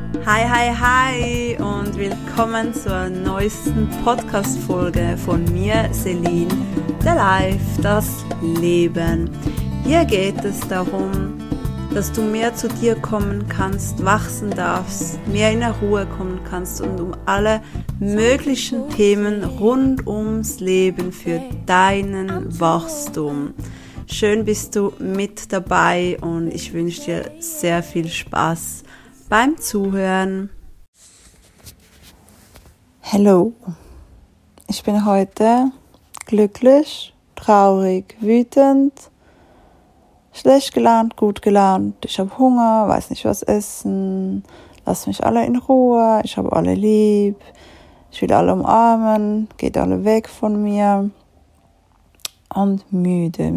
Hi, hi, hi und willkommen zur neuesten Podcast-Folge von mir, Celine, der Life, das Leben. Hier geht es darum, dass du mehr zu dir kommen kannst, wachsen darfst, mehr in der Ruhe kommen kannst und um alle möglichen Themen rund ums Leben für deinen Wachstum. Schön bist du mit dabei und ich wünsche dir sehr viel Spaß beim Zuhören. Hallo, ich bin heute glücklich, traurig, wütend, schlecht gelaunt, gut gelaunt. Ich habe Hunger, weiß nicht was essen, lasst mich alle in Ruhe, ich habe alle lieb, ich will alle umarmen, geht alle weg von mir und müde.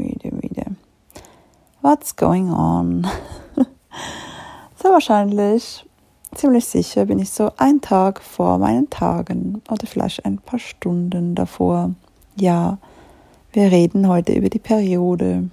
What's going on? Sehr wahrscheinlich, ziemlich sicher bin ich so einen Tag vor meinen Tagen oder vielleicht ein paar Stunden davor. Ja, wir reden heute über die Periode.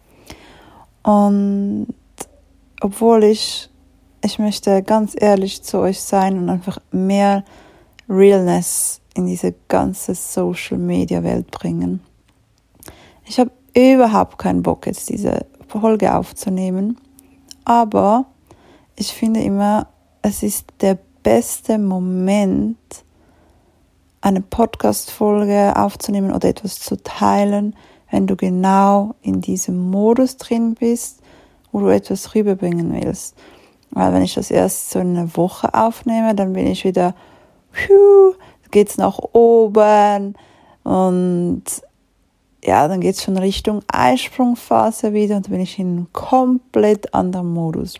Und obwohl ich möchte ganz ehrlich zu euch sein und einfach mehr Realness in diese ganze Social-Media-Welt bringen. Ich habe überhaupt keinen Bock, jetzt diese Folge aufzunehmen, aber ich finde immer, es ist der beste Moment, eine Podcast-Folge aufzunehmen oder etwas zu teilen, wenn du genau in diesem Modus drin bist, wo du etwas rüberbringen willst. Weil wenn ich das erst so in einer Woche aufnehme, dann bin ich wieder, geht's nach oben und ja, dann geht's schon Richtung Eisprungphase wieder und dann bin ich in einem komplett anderen Modus.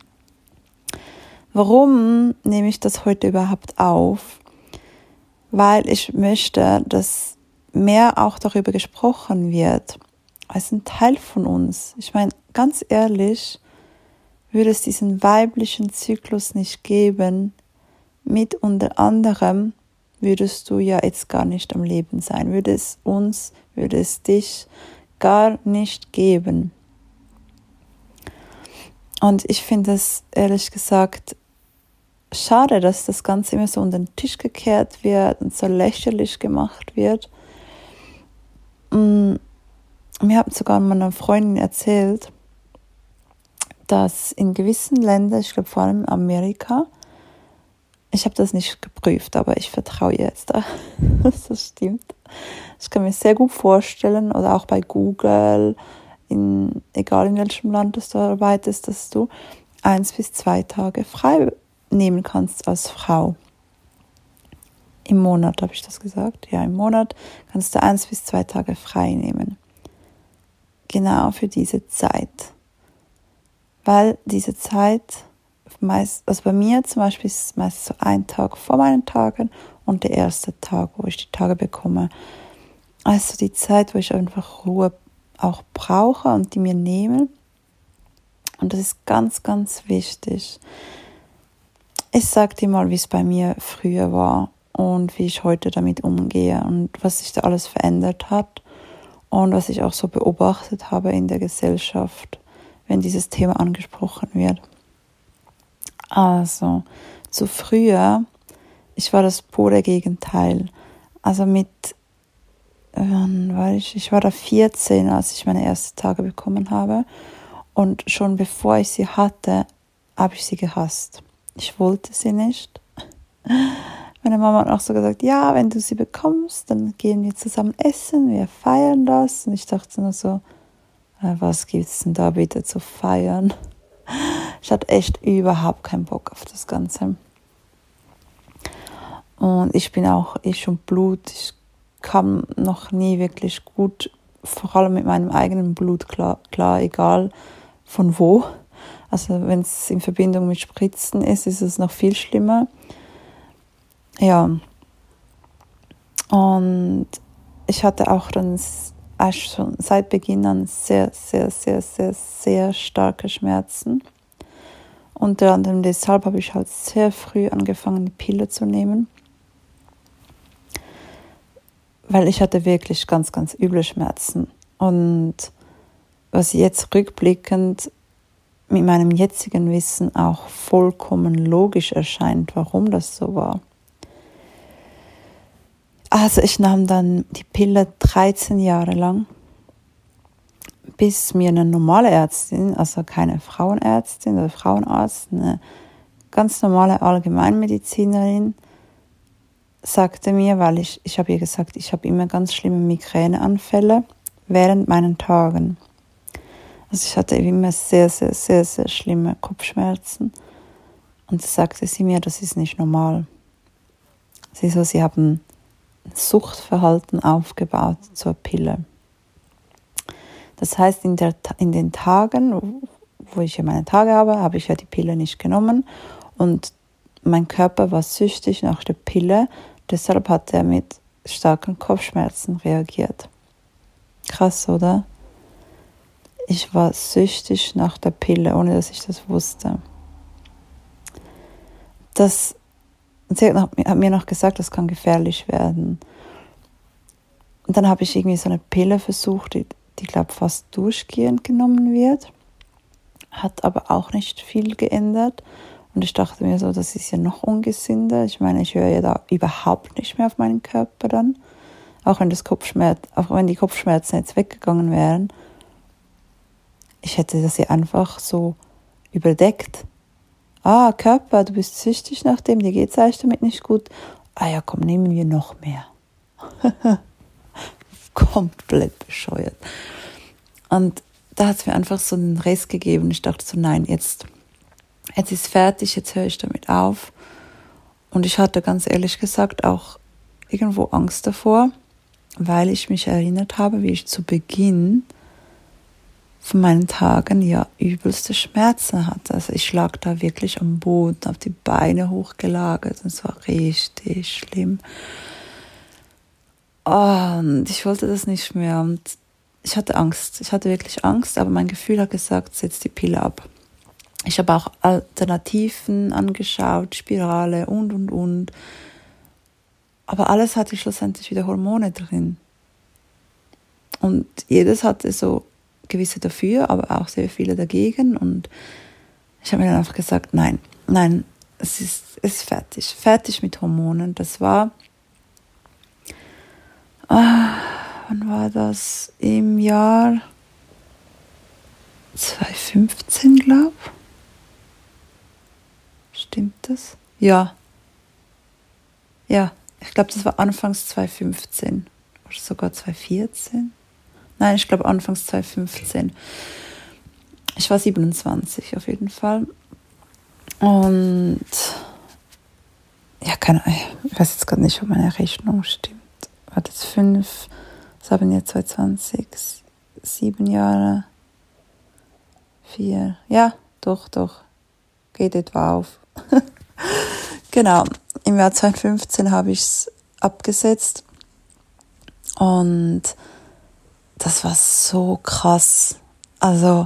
Warum nehme ich das heute überhaupt auf? Weil ich möchte, dass mehr auch darüber gesprochen wird. Es ist ein Teil von uns. Ich meine, ganz ehrlich, würde es diesen weiblichen Zyklus nicht geben, mit unter anderem würdest du ja jetzt gar nicht am Leben sein. Würde es dich gar nicht geben. Und ich finde es ehrlich gesagt schade, dass das Ganze immer so unter den Tisch gekehrt wird und so lächerlich gemacht wird. Mir hat sogar meine Freundin erzählt, dass in gewissen Ländern, ich glaube vor allem in Amerika, ich habe das nicht geprüft, aber ich vertraue jetzt da, dass das stimmt. Ich kann mir sehr gut vorstellen, oder auch bei Google, egal in welchem Land du arbeitest, dass du 1 bis 2 Tage frei nehmen kannst als Frau. Im Monat habe ich das gesagt. Ja, im Monat kannst du 1 bis 2 Tage frei nehmen. Genau für diese Zeit. Weil diese Zeit meist, also bei mir zum Beispiel ist es meist so ein Tag vor meinen Tagen und der erste Tag, wo ich die Tage bekomme. Also die Zeit, wo ich einfach Ruhe auch brauche und die mir nehme. Und das ist ganz, ganz wichtig. Ich sage dir mal, wie es bei mir früher war und wie ich heute damit umgehe und was sich da alles verändert hat und was ich auch so beobachtet habe in der Gesellschaft, wenn dieses Thema angesprochen wird. Also, zu früher, ich war das pure Gegenteil. Also ich war da 14, als ich meine ersten Tage bekommen habe. Und schon bevor ich sie hatte, habe ich sie gehasst. Ich wollte sie nicht. Meine Mama hat auch so gesagt, ja, wenn du sie bekommst, dann gehen wir zusammen essen, wir feiern das. Und ich dachte nur so, was gibt's denn da bitte zu feiern? Ich hatte echt überhaupt keinen Bock auf das Ganze. Und ich bin auch schon Blut. Ich kam noch nie wirklich gut, vor allem mit meinem eigenen Blut klar, egal von wo. Also wenn es in Verbindung mit Spritzen ist es noch viel schlimmer. Ja. Und ich hatte auch dann schon seit Beginn an sehr, sehr, sehr, sehr, sehr starke Schmerzen. Unter anderem deshalb habe ich halt sehr früh angefangen, die Pille zu nehmen. Weil ich hatte wirklich ganz, ganz üble Schmerzen. Und was jetzt rückblickend mit meinem jetzigen Wissen auch vollkommen logisch erscheint, warum das so war. Also ich nahm dann die Pille 13 Jahre lang, bis mir eine normale Ärztin, also keine Frauenärztin oder Frauenarzt, eine ganz normale Allgemeinmedizinerin, sagte mir, weil ich habe ihr gesagt, ich habe immer ganz schlimme Migräneanfälle während meinen Tagen. Also ich hatte immer sehr, sehr, sehr, sehr schlimme Kopfschmerzen. Und da sagte sie mir, das ist nicht normal. Sie haben ein Suchtverhalten aufgebaut zur Pille. Das heißt, in den Tagen, wo ich ja meine Tage habe ich ja die Pille nicht genommen. Und mein Körper war süchtig nach der Pille. Deshalb hat er mit starken Kopfschmerzen reagiert. Krass, oder? Ich war süchtig nach der Pille, ohne dass ich das wusste. Sie hat mir noch gesagt, das kann gefährlich werden. Und dann habe ich irgendwie so eine Pille versucht, die glaube fast durchgehend genommen wird. Hat aber auch nicht viel geändert. Und ich dachte mir so, das ist ja noch ungesünder. Ich meine, ich höre ja da überhaupt nicht mehr auf meinen Körper dann. Auch wenn die Kopfschmerzen jetzt weggegangen wären. Ich hätte das ja einfach so überdeckt. Ah, Körper, du bist süchtig nach dem, dir geht es eigentlich damit nicht gut. Ah ja, komm, nehmen wir noch mehr. Komplett bescheuert. Und da hat es mir einfach so einen Rest gegeben. Ich dachte so, nein, jetzt ist fertig, jetzt höre ich damit auf. Und ich hatte ganz ehrlich gesagt auch irgendwo Angst davor, weil ich mich erinnert habe, wie ich zu Beginn von meinen Tagen ja übelste Schmerzen hatte. Also ich lag da wirklich am Boden, auf die Beine hochgelagert und es war richtig schlimm. Und ich wollte das nicht mehr und ich hatte Angst. Ich hatte wirklich Angst, aber mein Gefühl hat gesagt, setz die Pille ab. Ich habe auch Alternativen angeschaut, Spirale und. Aber alles hatte schlussendlich wieder Hormone drin. Und jedes hatte so gewisse dafür, aber auch sehr viele dagegen. Und ich habe mir dann einfach gesagt, nein, es ist fertig. Fertig mit Hormonen. Das war, wann war das? Im Jahr 2015, glaube ich. Stimmt das? Ja. Ja, ich glaube, das war anfangs 2015 oder sogar 2014. Nein, ich glaube anfangs 2015. Ich war 27 auf jeden Fall. Und ja, ich weiß jetzt gerade nicht, ob meine Rechnung stimmt. War das 5, das haben jetzt 2020, 7 Jahre, 4, ja, doch, geht etwa auf. Genau, im Jahr 2015 habe ich es abgesetzt und das war so krass. Also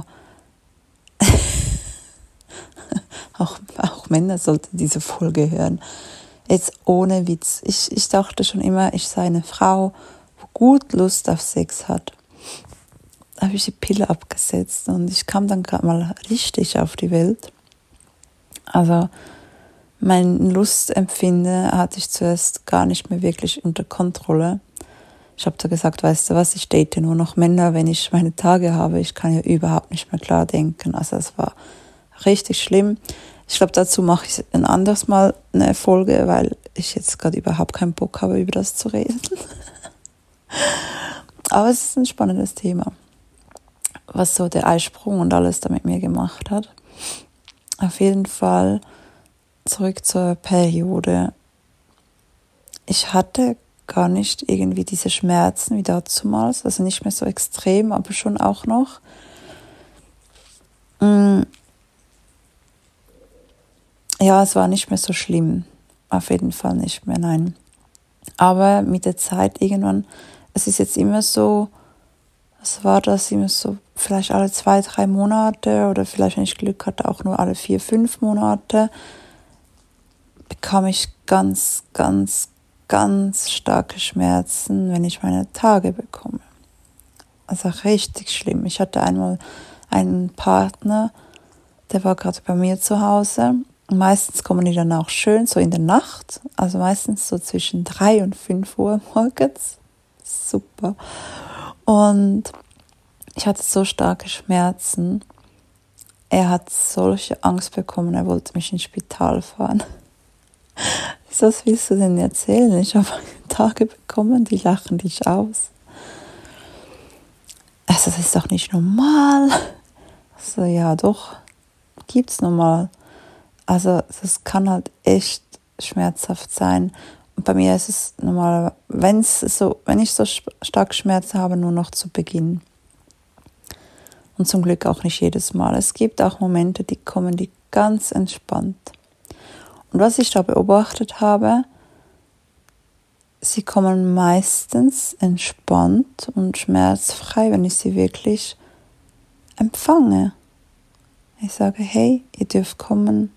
auch Männer sollten diese Folge hören. Jetzt ohne Witz. Ich dachte schon immer, ich sei eine Frau, die gut Lust auf Sex hat. Da habe ich die Pille abgesetzt und ich kam dann gerade mal richtig auf die Welt. Also mein Lustempfinden hatte ich zuerst gar nicht mehr wirklich unter Kontrolle. Ich habe da gesagt, weißt du was, ich date nur noch Männer, wenn ich meine Tage habe. Ich kann ja überhaupt nicht mehr klar denken. Also es war richtig schlimm. Ich glaube, dazu mache ich ein anderes Mal eine Folge, weil ich jetzt gerade überhaupt keinen Bock habe, über das zu reden. Aber es ist ein spannendes Thema, was so der Eisprung und alles da mit mir gemacht hat. Auf jeden Fall zurück zur Periode. Ich hatte gar nicht irgendwie diese Schmerzen wie dazumals, also nicht mehr so extrem, aber schon auch noch. Ja, es war nicht mehr so schlimm. Auf jeden Fall nicht mehr, nein. Aber mit der Zeit irgendwann, es ist jetzt immer so, was war das, immer so vielleicht alle 2-3 Monate oder vielleicht, wenn ich Glück hatte, auch nur alle 4-5 Monate, bekam ich ganz, ganz, ganz starke Schmerzen, wenn ich meine Tage bekomme. Also richtig schlimm. Ich hatte einmal einen Partner, Der war gerade bei mir zu Hause. Meistens kommen die dann auch schön so in der Nacht, also meistens so zwischen 3 und 5 Uhr morgens. Super. Und ich hatte so starke Schmerzen. Er hat solche Angst bekommen, er wollte mich ins Spital fahren. Was willst du denn erzählen? Ich habe Tage bekommen, die lachen dich aus. Also das ist doch nicht normal. Also ja, doch, gibt's normal. Also das kann halt echt schmerzhaft sein. Und bei mir ist es normal, wenn ich so stark Schmerzen habe, nur noch zu Beginn. Und zum Glück auch nicht jedes Mal. Es gibt auch Momente, die kommen die ganz entspannt. Und was ich da beobachtet habe, sie kommen meistens entspannt und schmerzfrei, wenn ich sie wirklich empfange. Ich sage, hey, ihr dürft kommen.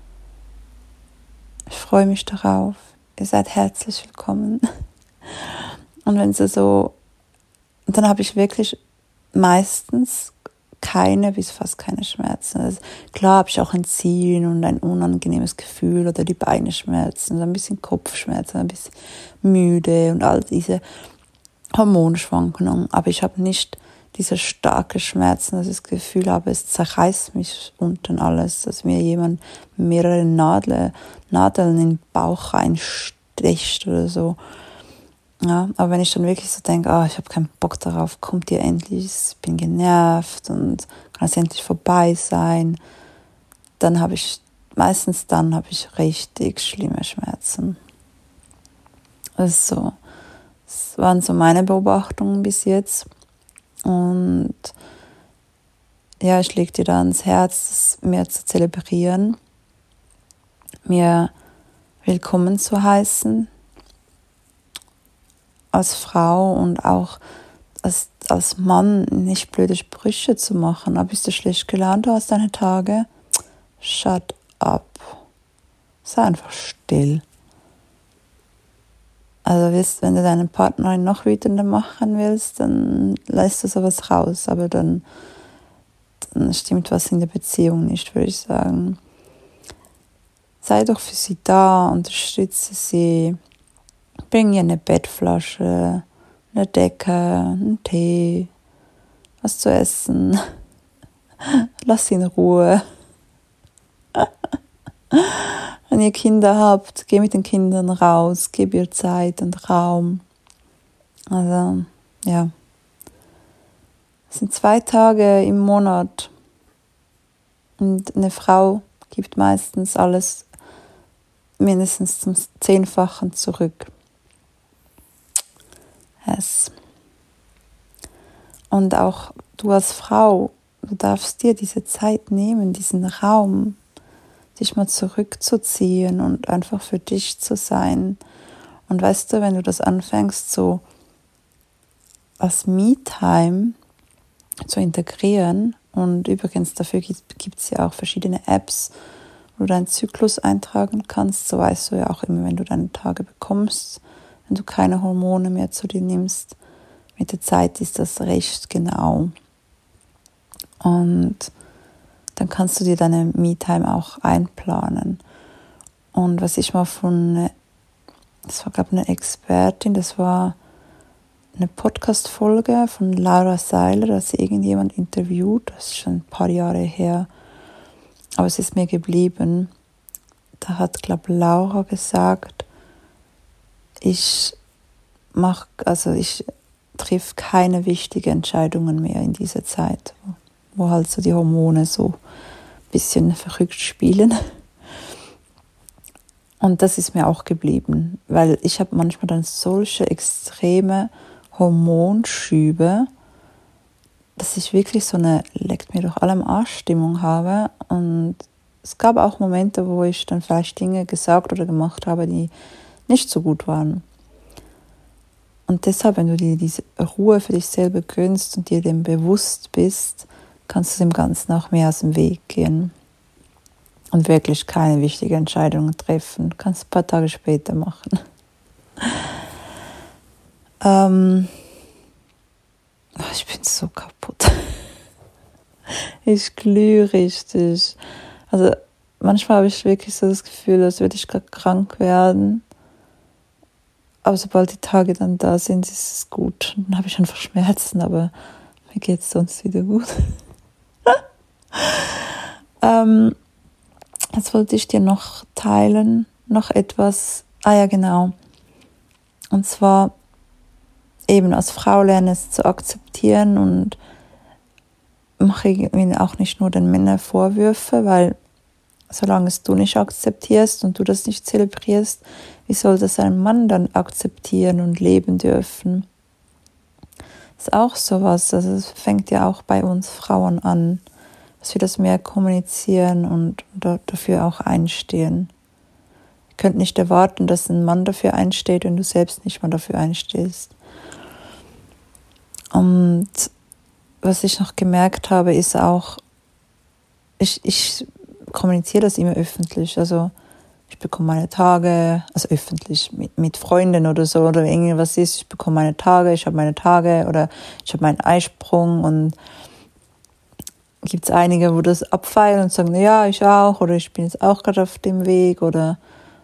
Ich freue mich darauf. Ihr seid herzlich willkommen. Und wenn sie so, dann habe ich wirklich meistens bis fast keine Schmerzen. Also klar habe ich auch ein Ziehen und ein unangenehmes Gefühl oder die Beine schmerzen, ein bisschen Kopfschmerzen, ein bisschen müde und all diese Hormonschwankungen. Aber ich habe nicht diese starke Schmerzen, dass ich das Gefühl habe, es zerreißt mich unten alles, dass mir jemand mehrere Nadeln in den Bauch reinsticht oder so. Ja, aber wenn ich dann wirklich so denke, ich habe keinen Bock darauf, kommt ihr endlich, ich bin genervt und kann es endlich vorbei sein, dann habe ich richtig schlimme Schmerzen. Also, das waren so meine Beobachtungen bis jetzt. Und ja, ich lege dir da ans Herz, mir zu zelebrieren, mir willkommen zu heißen, als Frau und auch als Mann nicht blöde Sprüche zu machen. Bist du schlecht gelaunt, du hast deine Tage? Shut up. Sei einfach still. Also wenn du deine Partnerin noch wütender machen willst, dann lässt du sowas raus. Aber dann stimmt was in der Beziehung nicht, würde ich sagen. Sei doch für sie da, unterstütze sie. Bring ihr eine Bettflasche, eine Decke, einen Tee, was zu essen. Lass sie in Ruhe. Wenn ihr Kinder habt, geh mit den Kindern raus, gib ihr Zeit und Raum. Also, ja. Es sind 2 Tage im Monat. Und eine Frau gibt meistens alles mindestens zum 10-fachen zurück. Yes. Und auch du als Frau, du darfst dir diese Zeit nehmen, diesen Raum, dich mal zurückzuziehen und einfach für dich zu sein. Und weißt du, wenn du das anfängst, so als Me-Time zu integrieren, und übrigens dafür gibt es ja auch verschiedene Apps, wo du deinen Zyklus eintragen kannst, so weißt du ja auch immer, wenn du deine Tage bekommst, wenn du keine Hormone mehr zu dir nimmst. Mit der Zeit ist das recht genau. Und dann kannst du dir deine Me-Time auch einplanen. Und was ich mal das war glaube ich eine Expertin, das war eine Podcast-Folge von Laura Seiler, da hat sie irgendjemand interviewt, das ist schon ein paar Jahre her, aber es ist mir geblieben. Da hat, glaube ich, Laura gesagt, ich treffe keine wichtigen Entscheidungen mehr in dieser Zeit, wo halt so die Hormone so ein bisschen verrückt spielen. Und das ist mir auch geblieben, weil ich habe manchmal dann solche extreme Hormonschübe, dass ich wirklich so eine leckt mir doch alle am Arsch Stimmung habe. Und es gab auch Momente, wo ich dann vielleicht Dinge gesagt oder gemacht habe, die nicht so gut waren. Und deshalb, wenn du dir diese Ruhe für dich selber gönnst und dir dem bewusst bist, kannst du dem Ganzen auch mehr aus dem Weg gehen und wirklich keine wichtigen Entscheidungen treffen. Du kannst ein paar Tage später machen. Ich bin so kaputt. Ich glühe richtig. Also manchmal habe ich wirklich so das Gefühl, als würde ich gerade krank werden. Aber sobald die Tage dann da sind, ist es gut. Dann habe ich einfach Schmerzen, aber mir geht es sonst wieder gut. Jetzt wollte ich dir noch teilen, noch etwas. Ah ja, genau. Und zwar eben als Frau lernen es zu akzeptieren und mache irgendwie auch nicht nur den Männern Vorwürfe, weil solange es du nicht akzeptierst und du das nicht zelebrierst, wie soll das ein Mann dann akzeptieren und leben dürfen? Das ist auch sowas, also es fängt ja auch bei uns Frauen an, dass wir das mehr kommunizieren und dafür auch einstehen. Ihr könnt nicht erwarten, dass ein Mann dafür einsteht, wenn du selbst nicht mal dafür einstehst. Und was ich noch gemerkt habe, ist auch, ich kommuniziere das immer öffentlich. Also ich bekomme meine Tage, also öffentlich mit Freunden oder so, oder wenn irgendwas ist, ich bekomme meine Tage, ich habe meine Tage oder ich habe meinen Eisprung, und gibt es einige, wo das abfeiern und sagen, ja, ich auch, oder ich bin jetzt auch gerade auf dem Weg, oder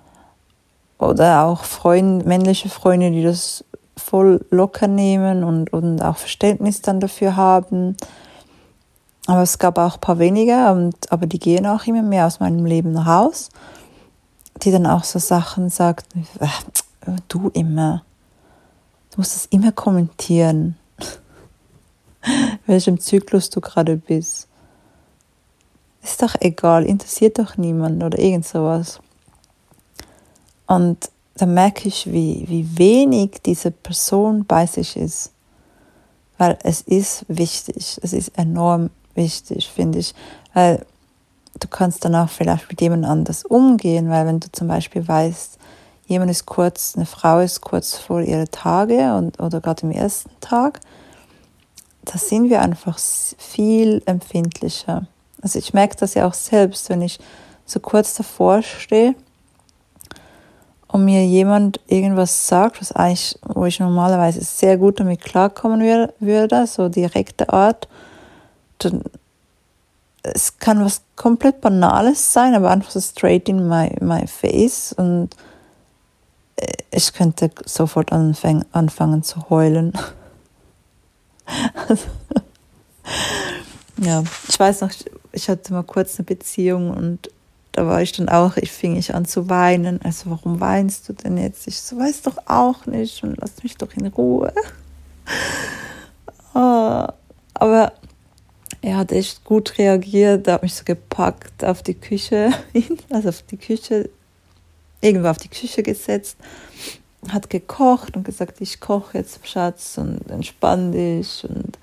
auch männliche Freunde, die das voll locker nehmen und auch Verständnis dann dafür haben. Aber es gab auch ein paar weniger, aber die gehen auch immer mehr aus meinem Leben raus, die dann auch so Sachen sagten, du musst das immer kommentieren, welchem Zyklus du gerade bist. Ist doch egal, interessiert doch niemand oder irgend sowas. Und dann merke ich, wie wenig diese Person bei sich ist. Weil es ist wichtig, es ist enorm wichtig, finde ich. Weil du kannst dann auch vielleicht mit jemand anders umgehen, weil wenn du zum Beispiel weißt, eine Frau ist kurz vor ihre Tage oder gerade im ersten Tag, da sind wir einfach viel empfindlicher. Also ich merke das ja auch selbst, wenn ich so kurz davor stehe und mir jemand irgendwas sagt, wo ich normalerweise sehr gut damit klarkommen würde, so direkte Art, dann es kann was komplett Banales sein, aber einfach so straight in my face, und ich könnte sofort anfangen zu heulen. Ja, ich weiß noch, ich hatte mal kurz eine Beziehung und da war ich dann auch, fing ich an zu weinen. Also, warum weinst du denn jetzt? Ich so, weiß doch auch nicht und lass mich doch in Ruhe. Aber er hat echt gut reagiert, er hat mich so gepackt auf die Küche, irgendwo auf die Küche gesetzt, hat gekocht und gesagt, ich koche jetzt, Schatz, und entspann dich. Und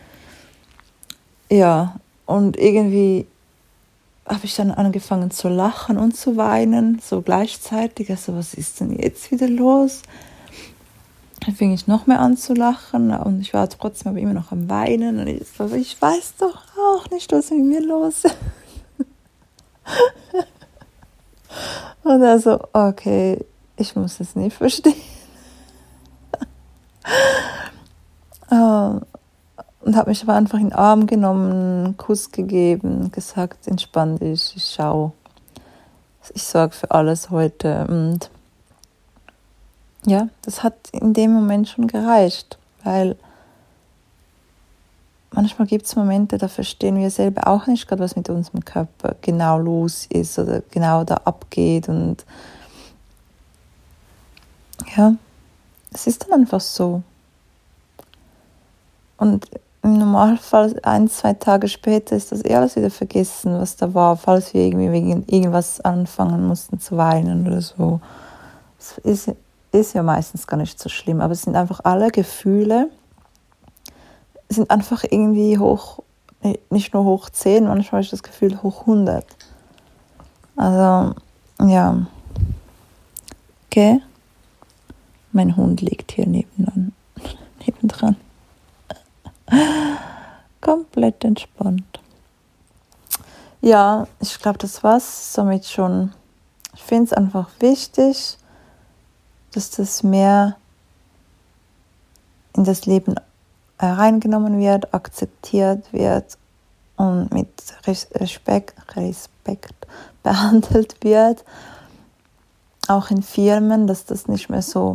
ja, und irgendwie habe ich dann angefangen zu lachen und zu weinen, so gleichzeitig. Also, was ist denn jetzt wieder los? Dann fing ich noch mehr an zu lachen und ich war trotzdem aber immer noch am Weinen. Und ich weiß doch auch nicht, was mit mir los ist. Und er so, okay, ich muss es nicht verstehen. Und habe mich aber einfach in den Arm genommen, einen Kuss gegeben, gesagt, entspann dich, ich sorge für alles heute. Und ja, das hat in dem Moment schon gereicht, weil manchmal gibt es Momente, da verstehen wir selber auch nicht gerade, was mit unserem Körper genau los ist oder genau da abgeht. Und ja, es ist dann einfach so. Und im Normalfall 1-2 Tage später ist das alles wieder vergessen, was da war, falls wir irgendwie wegen irgendwas anfangen mussten zu weinen oder so. Das ist ja meistens gar nicht so schlimm, aber es sind einfach alle Gefühle, sind einfach irgendwie nicht nur hoch 10, manchmal habe ich das Gefühl hoch 100. Also, ja. Okay. Mein Hund liegt hier nebendran. Komplett entspannt. Ja, ich glaube, das war's somit schon. Ich finde es einfach wichtig, dass das mehr in das Leben reingenommen wird, akzeptiert wird und mit Respekt behandelt wird. Auch in Firmen, dass das nicht mehr so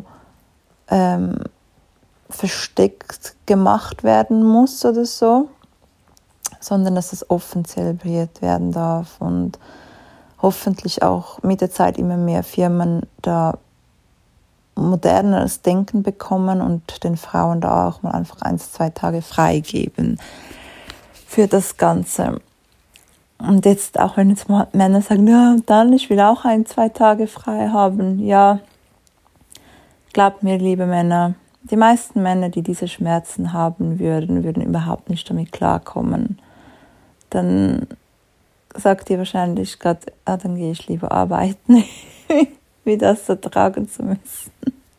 versteckt gemacht werden muss oder so, sondern dass es offen zelebriert werden darf und hoffentlich auch mit der Zeit immer mehr Firmen da moderneres Denken bekommen und den Frauen da auch mal einfach 1-2 Tage frei geben für das Ganze. Und jetzt, auch wenn jetzt mal Männer sagen, ja, dann, ich will auch 1-2 Tage frei haben. Ja, glaubt mir, liebe Männer, die meisten Männer, die diese Schmerzen haben würden überhaupt nicht damit klarkommen. Dann sagt ihr wahrscheinlich gerade, dann gehe ich lieber arbeiten, wie das ertragen zu müssen.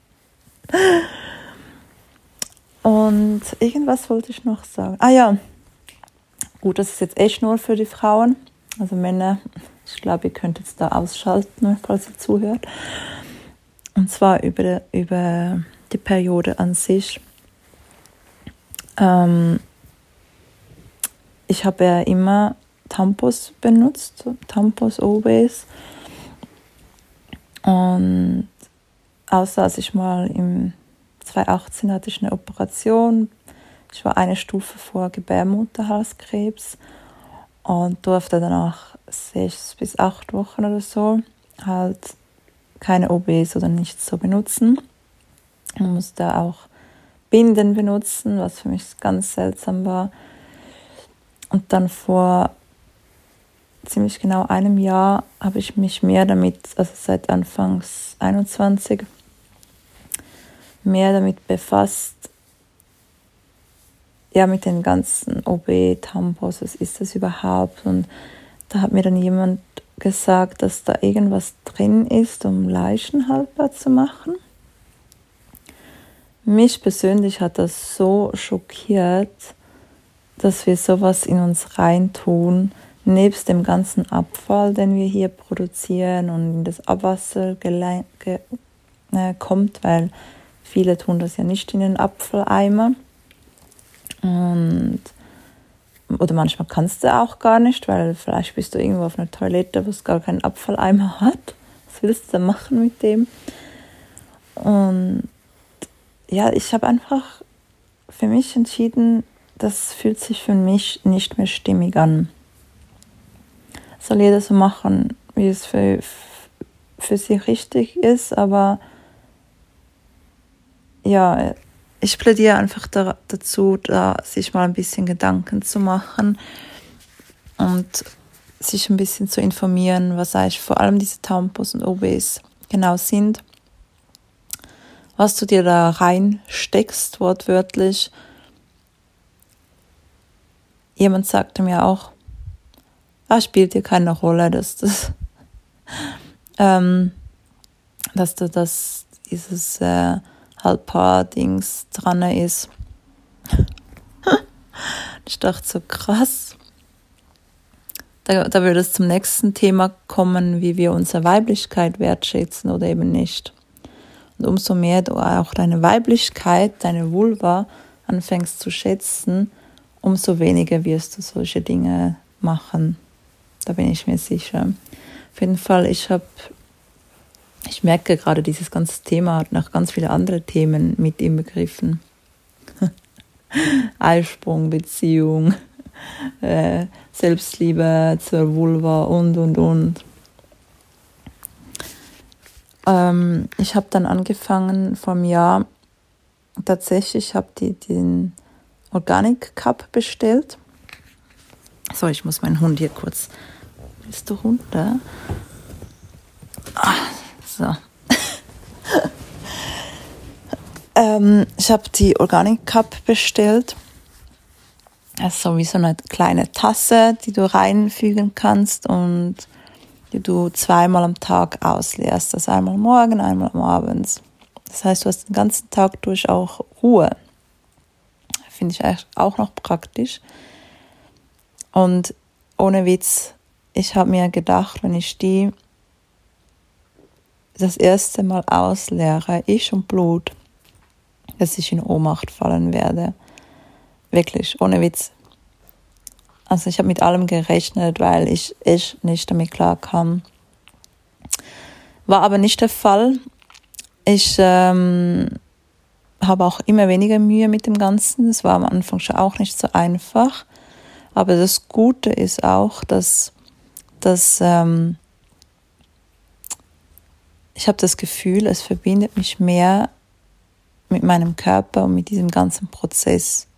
Und irgendwas wollte ich noch sagen. Ja, gut, das ist jetzt echt nur für die Frauen. Also Männer, ich glaube, ihr könnt jetzt da ausschalten, falls ihr zuhört. Und zwar über die Periode an sich. Ich habe ja immer Tampons benutzt, Tampons, OBs. Und außer als ich mal im 2018 hatte ich eine Operation. Ich war eine Stufe vor Gebärmutterhalskrebs und durfte danach 6 bis 8 Wochen oder so halt keine OBs oder nichts so benutzen. Ich musste auch Binden benutzen, was für mich ganz seltsam war. Und dann vor ziemlich genau einem Jahr habe ich mich mehr damit, also seit Anfangs 21, mehr damit befasst, ja, mit den ganzen OB-Tampons, was ist das überhaupt? Und da hat mir dann jemand gesagt, dass da irgendwas drin ist, um Leichen haltbar zu machen. Mich persönlich hat das so schockiert, dass wir sowas in uns reintun, nebst dem ganzen Abfall, den wir hier produzieren und in das Abwasser kommt, weil viele tun das ja nicht in den Abfalleimer. Oder manchmal kannst du auch gar nicht, weil vielleicht bist du irgendwo auf einer Toilette, wo es gar keinen Abfalleimer hat. Was willst du da machen mit dem? Und ja, ich habe einfach für mich entschieden, das fühlt sich für mich nicht mehr stimmig an. Soll jeder so machen, wie es für sie richtig ist, aber ja, ich plädiere einfach dazu, da sich mal ein bisschen Gedanken zu machen und sich ein bisschen zu informieren, was eigentlich vor allem diese Tampons und OBs genau sind, was du dir da reinsteckst, wortwörtlich. Jemand sagte mir auch, spielt dir keine Rolle, dass dieses Halbpaar-Dings dran ist. Ich dachte so, krass. Da würde es zum nächsten Thema kommen, wie wir unsere Weiblichkeit wertschätzen oder eben nicht. Und umso mehr du auch deine Weiblichkeit, deine Vulva anfängst zu schätzen, umso weniger wirst du solche Dinge machen. Da bin ich mir sicher. Auf jeden Fall, ich merke gerade, dieses ganze Thema hat noch ganz viele andere Themen mit inbegriffen. Eisprung, Beziehung, Selbstliebe zur Vulva und. Ich habe dann angefangen vor einem Jahr, tatsächlich, ich habe den Organic Cup bestellt. So, ich muss meinen Hund hier kurz. Bist du runter? So. Ich habe die Organic Cup bestellt. Das ist so wie so eine kleine Tasse, die du reinfügen kannst und die du 2-mal am Tag ausleerst. Also einmal morgen, einmal abends. Das heißt, du hast den ganzen Tag durch auch Ruhe. Finde ich eigentlich auch noch praktisch. Und ohne Witz, ich habe mir gedacht, wenn ich die das erste Mal ausleere, ich und Blut, dass ich in Ohnmacht fallen werde. Wirklich, ohne Witz. Also ich habe mit allem gerechnet, weil ich echt nicht damit klarkam. War aber nicht der Fall. Ich habe auch immer weniger Mühe mit dem Ganzen. Es war am Anfang schon auch nicht so einfach. Aber das Gute ist auch, dass ich habe das Gefühl, es verbindet mich mehr mit meinem Körper und mit diesem ganzen Prozess.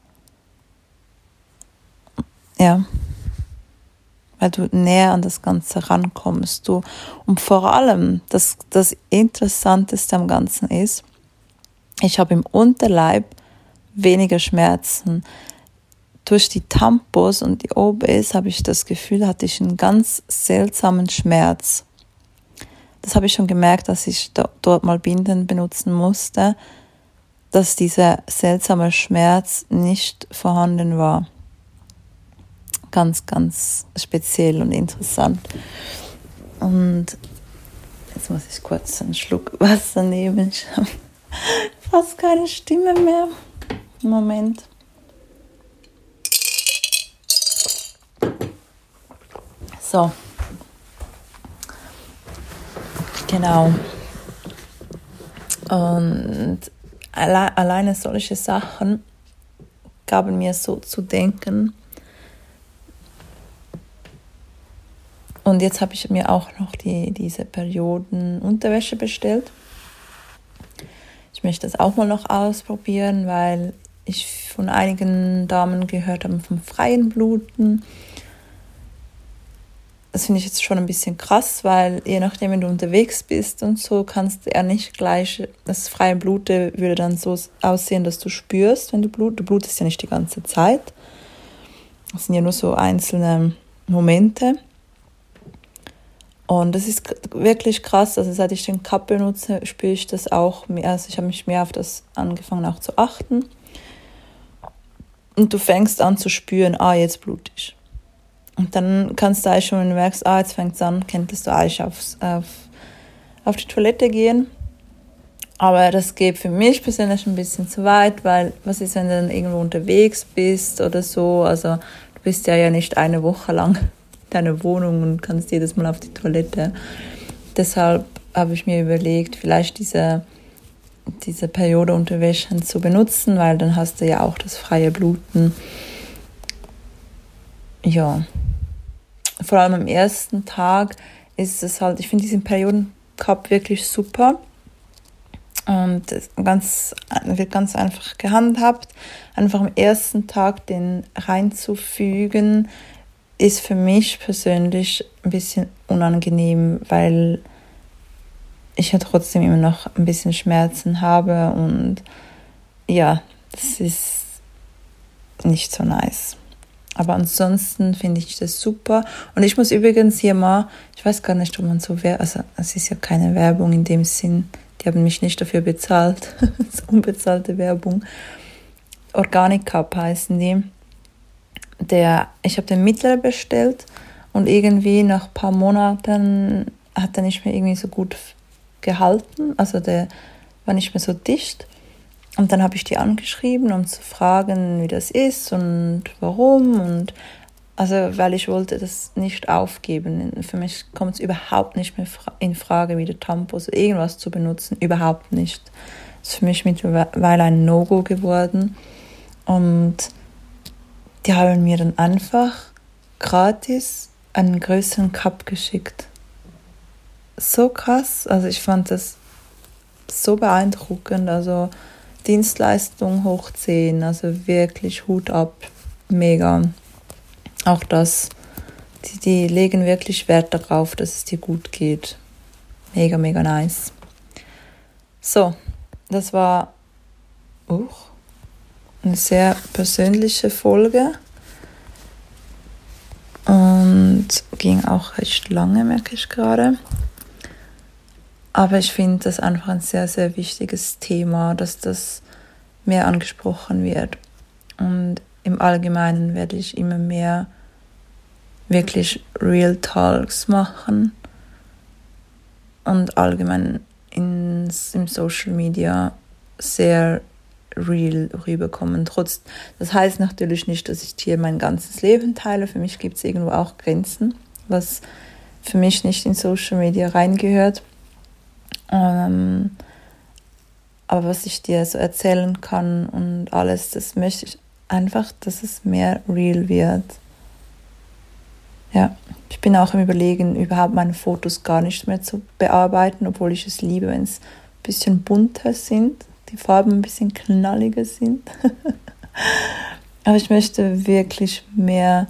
Ja, weil du näher an das Ganze rankommst. Und vor allem, das Interessanteste am Ganzen ist, ich habe im Unterleib weniger Schmerzen. Durch die Tampons und die OBs habe ich das Gefühl, hatte ich einen ganz seltsamen Schmerz. Das habe ich schon gemerkt, dass ich dort mal Binden benutzen musste, dass dieser seltsame Schmerz nicht vorhanden war. Ganz, ganz speziell und interessant. Und jetzt muss ich kurz einen Schluck Wasser nehmen. Ich habe fast keine Stimme mehr. Moment. So. Genau. Und alleine solche Sachen gaben mir so zu denken. Und jetzt habe ich mir auch noch diese Periodenunterwäsche bestellt. Ich möchte das auch mal noch ausprobieren, weil ich von einigen Damen gehört habe vom freien Bluten. Das finde ich jetzt schon ein bisschen krass, weil je nachdem, wenn du unterwegs bist und so, kannst du ja nicht gleich, das freie Bluten würde dann so aussehen, dass du spürst, wenn du blutest. Du blutest ja nicht die ganze Zeit. Das sind ja nur so einzelne Momente. Und das ist wirklich krass. Also seit ich den Cup benutze, spüre ich das auch mehr. Also ich habe mich mehr auf das angefangen auch zu achten. Und du fängst an zu spüren, jetzt blute ich. Und dann kannst du eigentlich schon, wenn du merkst, jetzt fängt es an, könntest du eigentlich auf die Toilette gehen. Aber das geht für mich persönlich ein bisschen zu weit, weil was ist, wenn du dann irgendwo unterwegs bist oder so? Also du bist ja nicht eine Woche lang in deiner Wohnung und kannst jedes Mal auf die Toilette. Deshalb habe ich mir überlegt, vielleicht diese Periodenunterwäsche zu benutzen, weil dann hast du ja auch das freie Bluten. Ja. Vor allem am ersten Tag ist es halt, ich finde diesen Periodencup wirklich super und wird ganz einfach gehandhabt. Einfach am ersten Tag den reinzufügen, ist für mich persönlich ein bisschen unangenehm, weil ich ja trotzdem immer noch ein bisschen Schmerzen habe und ja, das ist nicht so nice. Aber ansonsten finde ich das super. Und ich muss übrigens hier mal, ich weiß gar nicht, ob man so also es ist ja keine Werbung in dem Sinn, die haben mich nicht dafür bezahlt, das ist unbezahlte Werbung. Organic Cup heißen die. Ich habe den mittleren bestellt und irgendwie nach ein paar Monaten hat er nicht mehr irgendwie so gut gehalten, also der war nicht mehr so dicht. Und dann habe ich die angeschrieben, um zu fragen, wie das ist und warum. Und also, weil ich wollte das nicht aufgeben. Für mich kommt es überhaupt nicht mehr in Frage, wieder Tampons oder irgendwas zu benutzen. Überhaupt nicht. Das ist für mich mittlerweile ein No-Go geworden. Und die haben mir dann einfach gratis einen größeren Cup geschickt. So krass. Also ich fand das so beeindruckend. Also Dienstleistung hoch 10, also wirklich Hut ab, mega. Auch das, die legen wirklich Wert darauf, dass es dir gut geht. Mega, mega nice. So, das war eine sehr persönliche Folge und ging auch recht lange, merke ich gerade. Aber ich finde das einfach ein sehr, sehr wichtiges Thema, dass das mehr angesprochen wird. Und im Allgemeinen werde ich immer mehr wirklich Real Talks machen und allgemein im Social Media sehr real rüberkommen. Das heißt natürlich nicht, dass ich hier mein ganzes Leben teile. Für mich gibt es irgendwo auch Grenzen, was für mich nicht in Social Media reingehört. Aber was ich dir so erzählen kann und alles, das möchte ich einfach, dass es mehr real wird. Ja, ich bin auch im Überlegen, überhaupt meine Fotos gar nicht mehr zu bearbeiten, obwohl ich es liebe, wenn es ein bisschen bunter sind, die Farben ein bisschen knalliger sind. Aber ich möchte wirklich immer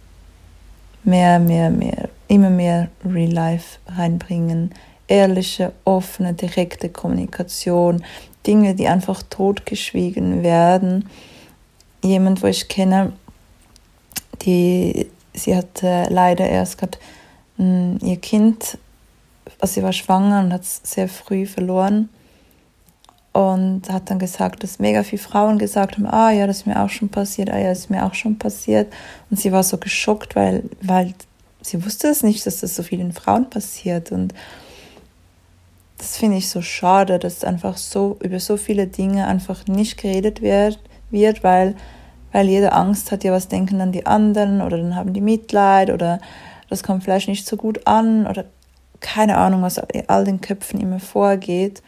mehr Real Life reinbringen. Ehrliche, offene, direkte Kommunikation, Dinge, die einfach totgeschwiegen werden. Jemand, wo ich kenne, sie hatte leider erst gerade ihr Kind, also sie war schwanger und hat es sehr früh verloren und hat dann gesagt, dass mega viele Frauen gesagt haben, ja, das ist mir auch schon passiert, ja, das ist mir auch schon passiert. Und sie war so geschockt, weil sie wusste es nicht, dass das so vielen Frauen passiert. Und das finde ich so schade, dass einfach so über so viele Dinge einfach nicht geredet wird, weil jeder Angst hat, ja, was denken dann die anderen oder dann haben die Mitleid oder das kommt vielleicht nicht so gut an oder keine Ahnung, was in all den Köpfen immer vorgeht.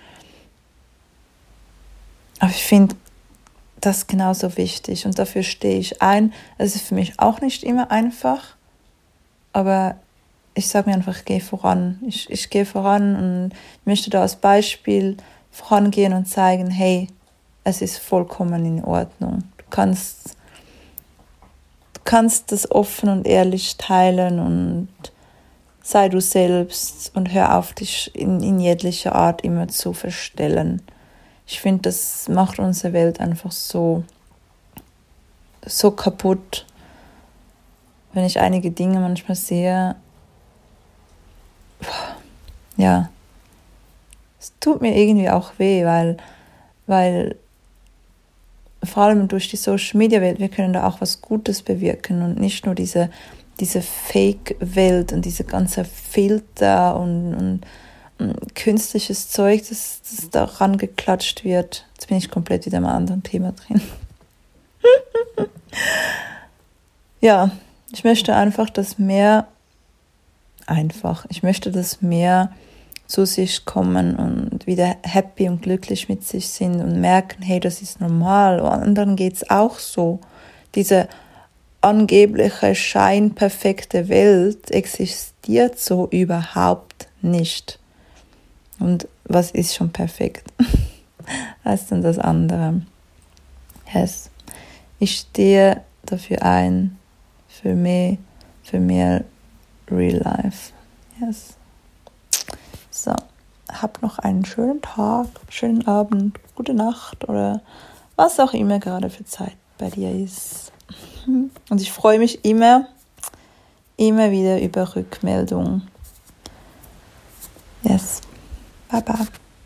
Aber ich finde das genauso wichtig und dafür stehe ich ein. Es ist für mich auch nicht immer einfach, aber ich sage mir einfach, ich gehe voran. Ich gehe voran und möchte da als Beispiel vorangehen und zeigen, hey, es ist vollkommen in Ordnung. Du kannst das offen und ehrlich teilen und sei du selbst und hör auf, dich in jeglicher Art immer zu verstellen. Ich finde, das macht unsere Welt einfach so kaputt. Wenn ich einige Dinge manchmal sehe, ja, es tut mir irgendwie auch weh, weil vor allem durch die Social Media Welt, wir können da auch was Gutes bewirken und nicht nur diese Fake-Welt und diese ganze Filter und künstliches Zeug, das da rangeklatscht wird. Jetzt bin ich komplett wieder in einem anderen Thema drin. Ja, ich möchte einfach, dass mehr zu sich kommen und wieder happy und glücklich mit sich sind und merken, hey, das ist normal. Und anderen geht es auch so. Diese angebliche scheinperfekte Welt existiert so überhaupt nicht. Und was ist schon perfekt? Was ist denn das andere? Yes. Ich stehe dafür ein, für mehr Real Life. Yes. So, hab noch einen schönen Tag, schönen Abend, gute Nacht oder was auch immer gerade für Zeit bei dir ist. Und ich freue mich immer wieder über Rückmeldungen. Yes. Baba.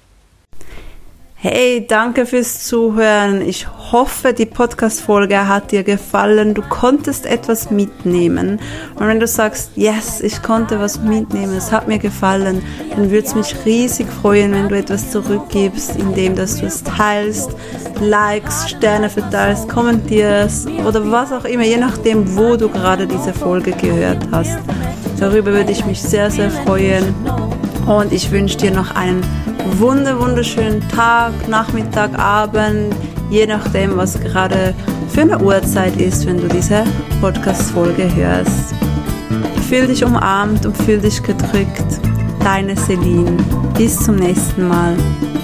Hey, danke fürs Zuhören. Ich hoffe, die Podcast-Folge hat dir gefallen. Du konntest etwas mitnehmen. Und wenn du sagst, yes, ich konnte was mitnehmen, es hat mir gefallen, dann würde es mich riesig freuen, wenn du etwas zurückgibst, indem dass du es teilst, likes, Sterne verteilst, kommentierst oder was auch immer, je nachdem, wo du gerade diese Folge gehört hast. Darüber würde ich mich sehr, sehr freuen. Und ich wünsche dir noch einen wunderschönen Tag, Nachmittag, Abend, je nachdem, was gerade für eine Uhrzeit ist, wenn du diese Podcast-Folge hörst. Fühl dich umarmt und fühl dich gedrückt. Deine Celine. Bis zum nächsten Mal.